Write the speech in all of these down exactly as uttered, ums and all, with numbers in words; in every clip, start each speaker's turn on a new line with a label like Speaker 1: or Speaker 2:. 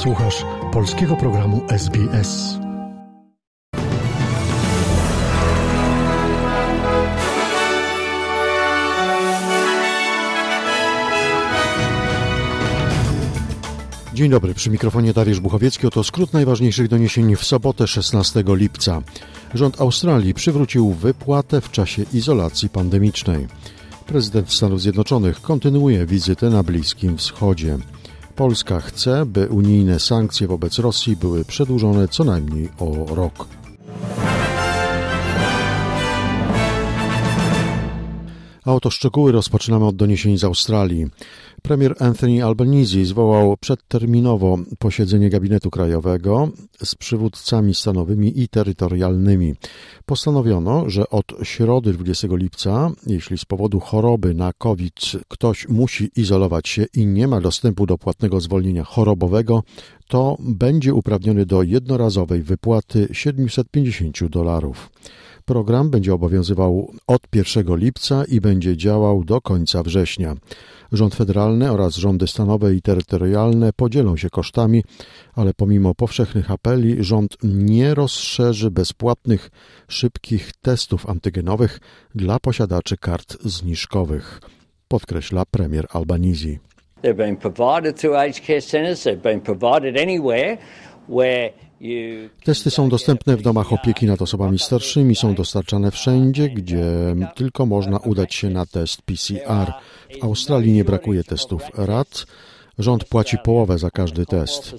Speaker 1: Słuchasz polskiego programu S B S. Dzień dobry, przy mikrofonie Dariusz Buchowiecki. Oto skrót najważniejszych doniesień w sobotę szesnastego lipca. Rząd Australii przywrócił wypłatę w czasie izolacji pandemicznej. Prezydent Stanów Zjednoczonych kontynuuje wizytę na Bliskim Wschodzie. Polska chce, by unijne sankcje wobec Rosji były przedłużone co najmniej o rok. A oto szczegóły rozpoczynamy od doniesień z Australii. Premier Anthony Albanese zwołał przedterminowo posiedzenie gabinetu krajowego z przywódcami stanowymi i terytorialnymi. Postanowiono, że od środy dwudziestego lipca, jeśli z powodu choroby na COVID ktoś musi izolować się i nie ma dostępu do płatnego zwolnienia chorobowego, to będzie uprawniony do jednorazowej wypłaty siedemset pięćdziesiąt dolarów. Program będzie obowiązywał od pierwszego lipca i będzie działał do końca września. Rząd federalny oraz rządy stanowe i terytorialne podzielą się kosztami, ale pomimo powszechnych apeli rząd nie rozszerzy bezpłatnych, szybkich testów antygenowych dla posiadaczy kart zniżkowych, podkreśla premier Albanese.
Speaker 2: They've been provided through aged care centres, they've been provided anywhere where
Speaker 1: Testy są dostępne w domach opieki nad osobami starszymi, są dostarczane wszędzie, gdzie tylko można udać się na test P C R. W Australii nie brakuje testów R A T. Rząd płaci połowę za każdy test.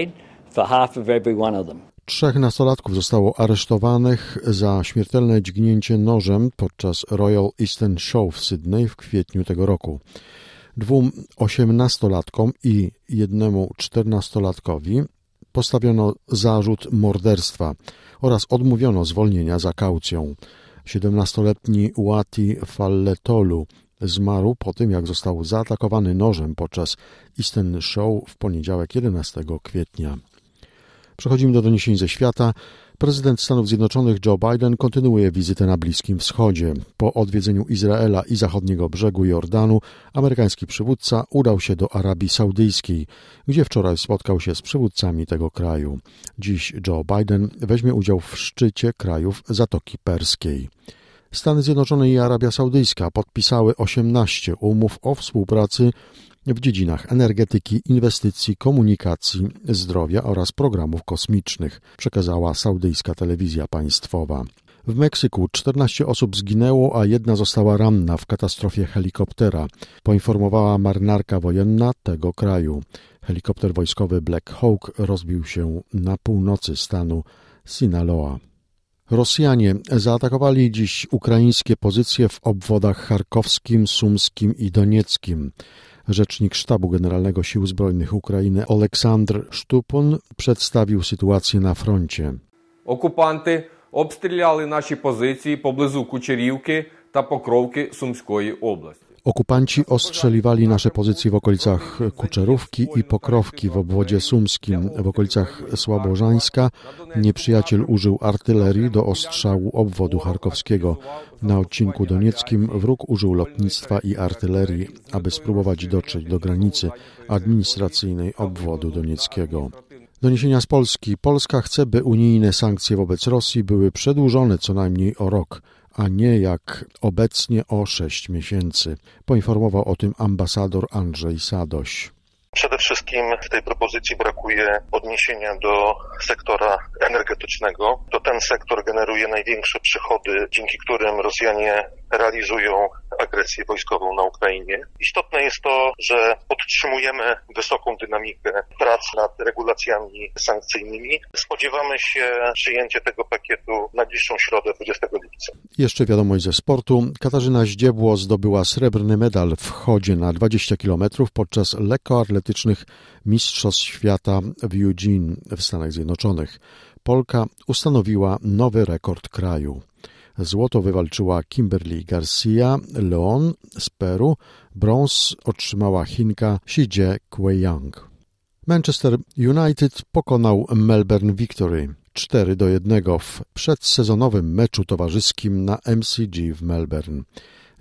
Speaker 1: Trzech nastolatków zostało aresztowanych za śmiertelne dźgnięcie nożem podczas Royal Eastern Show w Sydney w kwietniu tego roku. Dwóm osiemnastolatkom i jednemu czternastolatkowi postawiono zarzut morderstwa oraz odmówiono zwolnienia za kaucją. siedemnastoletni Łati Falletolu zmarł po tym, jak został zaatakowany nożem podczas Eastern Show w poniedziałek jedenastego kwietnia. Przechodzimy do doniesień ze świata. Prezydent Stanów Zjednoczonych Joe Biden kontynuuje wizytę na Bliskim Wschodzie. Po odwiedzeniu Izraela i zachodniego brzegu Jordanu amerykański przywódca udał się do Arabii Saudyjskiej, gdzie wczoraj spotkał się z przywódcami tego kraju. Dziś Joe Biden weźmie udział w szczycie krajów Zatoki Perskiej. Stany Zjednoczone i Arabia Saudyjska podpisały osiemnaście umów o współpracy w dziedzinach energetyki, inwestycji, komunikacji, zdrowia oraz programów kosmicznych, przekazała saudyjska telewizja państwowa. W Meksyku czternaście osób zginęło, a jedna została ranna w katastrofie helikoptera, poinformowała marynarka wojenna tego kraju. Helikopter wojskowy Black Hawk rozbił się na północy stanu Sinaloa. Rosjanie zaatakowali dziś ukraińskie pozycje w obwodach charkowskim, sumskim i donieckim. Rzecznik Sztabu Generalnego Sił Zbrojnych Ukrainy Oleksandr Sztupun przedstawił sytuację na froncie.
Speaker 3: Окупанти обстріляли наші позиції поблизу Кучерівки та Покровки Сумської області.
Speaker 1: Okupanci ostrzeliwali nasze pozycje w okolicach Kuczerówki i Pokrowki w obwodzie sumskim. W okolicach Słabożańska nieprzyjaciel użył artylerii do ostrzału obwodu charkowskiego. Na odcinku donieckim wróg użył lotnictwa i artylerii, aby spróbować dotrzeć do granicy administracyjnej obwodu donieckiego. Doniesienia z Polski. Polska chce, by unijne sankcje wobec Rosji były przedłużone co najmniej o rok, a nie jak obecnie o sześć miesięcy. Poinformował o tym ambasador Andrzej Sadoś.
Speaker 4: Przede wszystkim w tej propozycji brakuje odniesienia do sektora energetycznego. To ten sektor generuje największe przychody, dzięki którym Rosjanie realizują agresję wojskową na Ukrainie. Istotne jest to, że podtrzymujemy wysoką dynamikę prac nad regulacjami sankcyjnymi. Spodziewamy się przyjęcia tego pakietu w najbliższą środę dwudziestego lipca.
Speaker 1: Jeszcze wiadomość ze sportu. Katarzyna Zdziebło zdobyła srebrny medal w chodzie na dwadzieścia kilometrów podczas lekkoatletycznych Mistrzostw Świata w Eugene w Stanach Zjednoczonych. Polka ustanowiła nowy rekord kraju. Złoto wywalczyła Kimberly Garcia Leon z Peru, brąz otrzymała Chinka Xie Kueyang. Manchester United pokonał Melbourne Victory cztery do jednego w przedsezonowym meczu towarzyskim na M C G w Melbourne.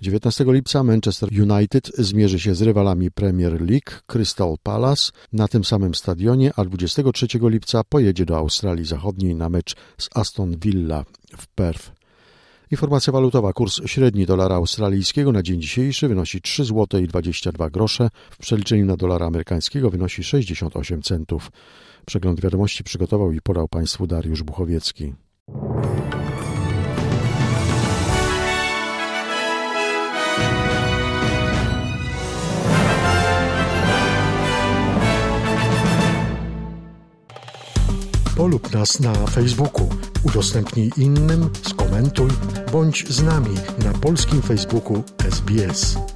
Speaker 1: dziewiętnastego lipca Manchester United zmierzy się z rywalami Premier League Crystal Palace na tym samym stadionie, a dwudziestego trzeciego lipca pojedzie do Australii Zachodniej na mecz z Aston Villa w Perth. Informacja walutowa. Kurs średni dolara australijskiego na dzień dzisiejszy wynosi trzy złote dwadzieścia dwa grosze. W przeliczeniu na dolara amerykańskiego wynosi sześćdziesiąt osiem centów. Przegląd wiadomości przygotował i podał Państwu Dariusz Buchowiecki. Polub nas na Facebooku, udostępnij innym, skomentuj, bądź z nami na polskim Facebooku S B S.